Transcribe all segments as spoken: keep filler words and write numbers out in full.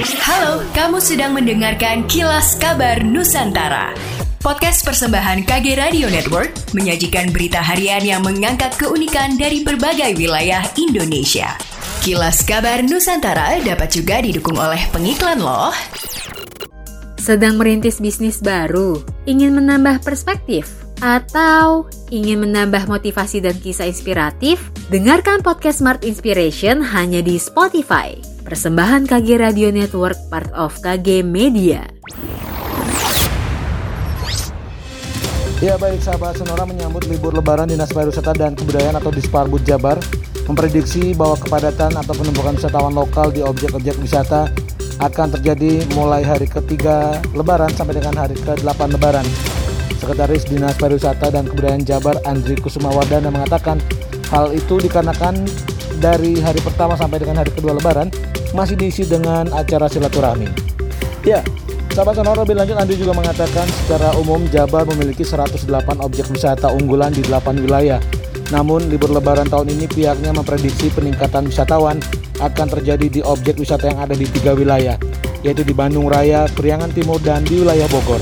Halo, kamu sedang mendengarkan Kilas Kabar Nusantara. Podcast persembahan K G Radio Network menyajikan berita harian yang mengangkat keunikan dari berbagai wilayah Indonesia. Kilas Kabar Nusantara dapat juga didukung oleh pengiklan loh. Sedang merintis bisnis baru, ingin menambah perspektif, atau ingin menambah motivasi dan kisah inspiratif? Dengarkan podcast Smart Inspiration hanya di Spotify. Persembahan K G Radio Network, part of K G Media. Ya baik sahabat Sonora, menyambut libur lebaran, Dinas Pariwisata dan Kebudayaan atau Disparbud Jabar memprediksi bahwa kepadatan atau penumpukan wisatawan lokal di objek-objek wisata akan terjadi mulai hari ketiga lebaran sampai dengan hari ke delapan lebaran. Sekretaris Dinas Pariwisata dan Kebudayaan Jabar, Andri Kusumawardana, mengatakan hal itu dikarenakan dari hari pertama sampai dengan hari kedua lebaran masih diisi dengan acara silaturahmi. Ya, sahabat Sonora, lebih lanjut Andri juga mengatakan secara umum Jabar memiliki seratus delapan objek wisata unggulan di delapan wilayah. Namun libur lebaran tahun ini pihaknya memprediksi peningkatan wisatawan akan terjadi di objek wisata yang ada di tiga wilayah, yaitu di Bandung Raya, Priangan Timur, dan di wilayah Bogor.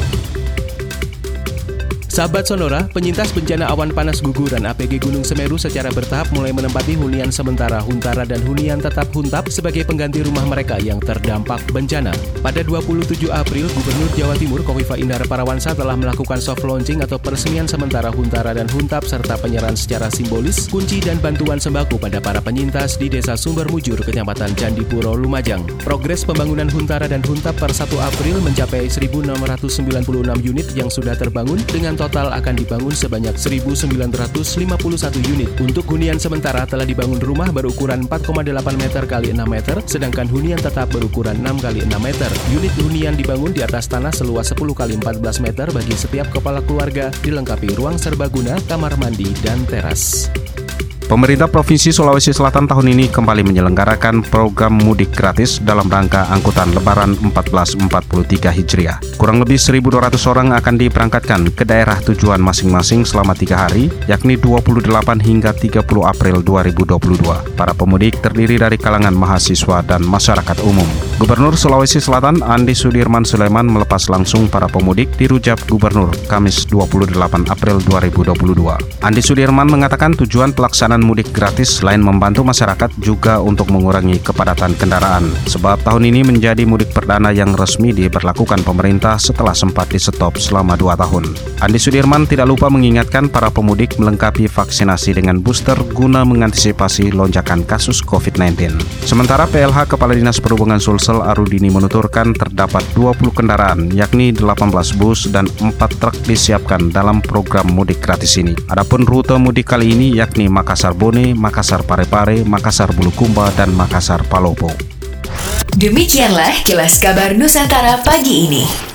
Sahabat Sonora, penyintas bencana awan panas guguran A P G Gunung Semeru secara bertahap mulai menempati hunian sementara Huntara dan hunian tetap Huntap sebagai pengganti rumah mereka yang terdampak bencana. Pada dua puluh tujuh April, Gubernur Jawa Timur Kofifa Indar Parawansa telah melakukan soft launching atau peresmian sementara Huntara dan Huntap serta penyerahan secara simbolis kunci dan bantuan sembako pada para penyintas di Desa Sumber Mujur, Kecamatan Candipuro, Lumajang. Progres pembangunan Huntara dan Huntap per satu April mencapai seribu enam ratus sembilan puluh enam unit yang sudah terbangun, dengan total akan dibangun sebanyak seribu sembilan ratus lima puluh satu unit. Untuk hunian sementara telah dibangun rumah berukuran empat koma delapan meter kali enam meter, sedangkan hunian tetap berukuran enam kali enam meter. Unit hunian dibangun di atas tanah seluas sepuluh kali empat belas meter bagi setiap kepala keluarga, dilengkapi ruang serbaguna, kamar mandi, dan teras. Pemerintah Provinsi Sulawesi Selatan tahun ini kembali menyelenggarakan program mudik gratis dalam rangka angkutan Lebaran seribu empat ratus empat puluh tiga Hijriah. Kurang lebih seribu dua ratus orang akan diberangkatkan ke daerah tujuan masing-masing selama tiga hari, yakni dua puluh delapan hingga tiga puluh April dua ribu dua puluh dua. Para pemudik terdiri dari kalangan mahasiswa dan masyarakat umum. Gubernur Sulawesi Selatan Andi Sudirman Sulaiman melepas langsung para pemudik di Rujak Gubernur Kamis dua puluh delapan April dua ribu dua puluh dua. Andi Sudirman mengatakan tujuan pelaksanaan mudik gratis selain membantu masyarakat juga untuk mengurangi kepadatan kendaraan, sebab tahun ini menjadi mudik perdana yang resmi diberlakukan pemerintah setelah sempat di-stop selama dua tahun. Andi Sudirman tidak lupa mengingatkan para pemudik melengkapi vaksinasi dengan booster guna mengantisipasi lonjakan kasus covid sembilan belas. Sementara P L H Kepala Dinas Perhubungan Sulsel Arudini menuturkan terdapat dua puluh kendaraan, yakni delapan belas bus dan empat truk disiapkan dalam program mudik gratis ini. Adapun rute mudik kali ini yakni Makassar Bone, Makassar Parepare, Makassar Bulukumba, dan Makassar Palopo. Demikianlah Kilas Kabar Nusantara pagi ini.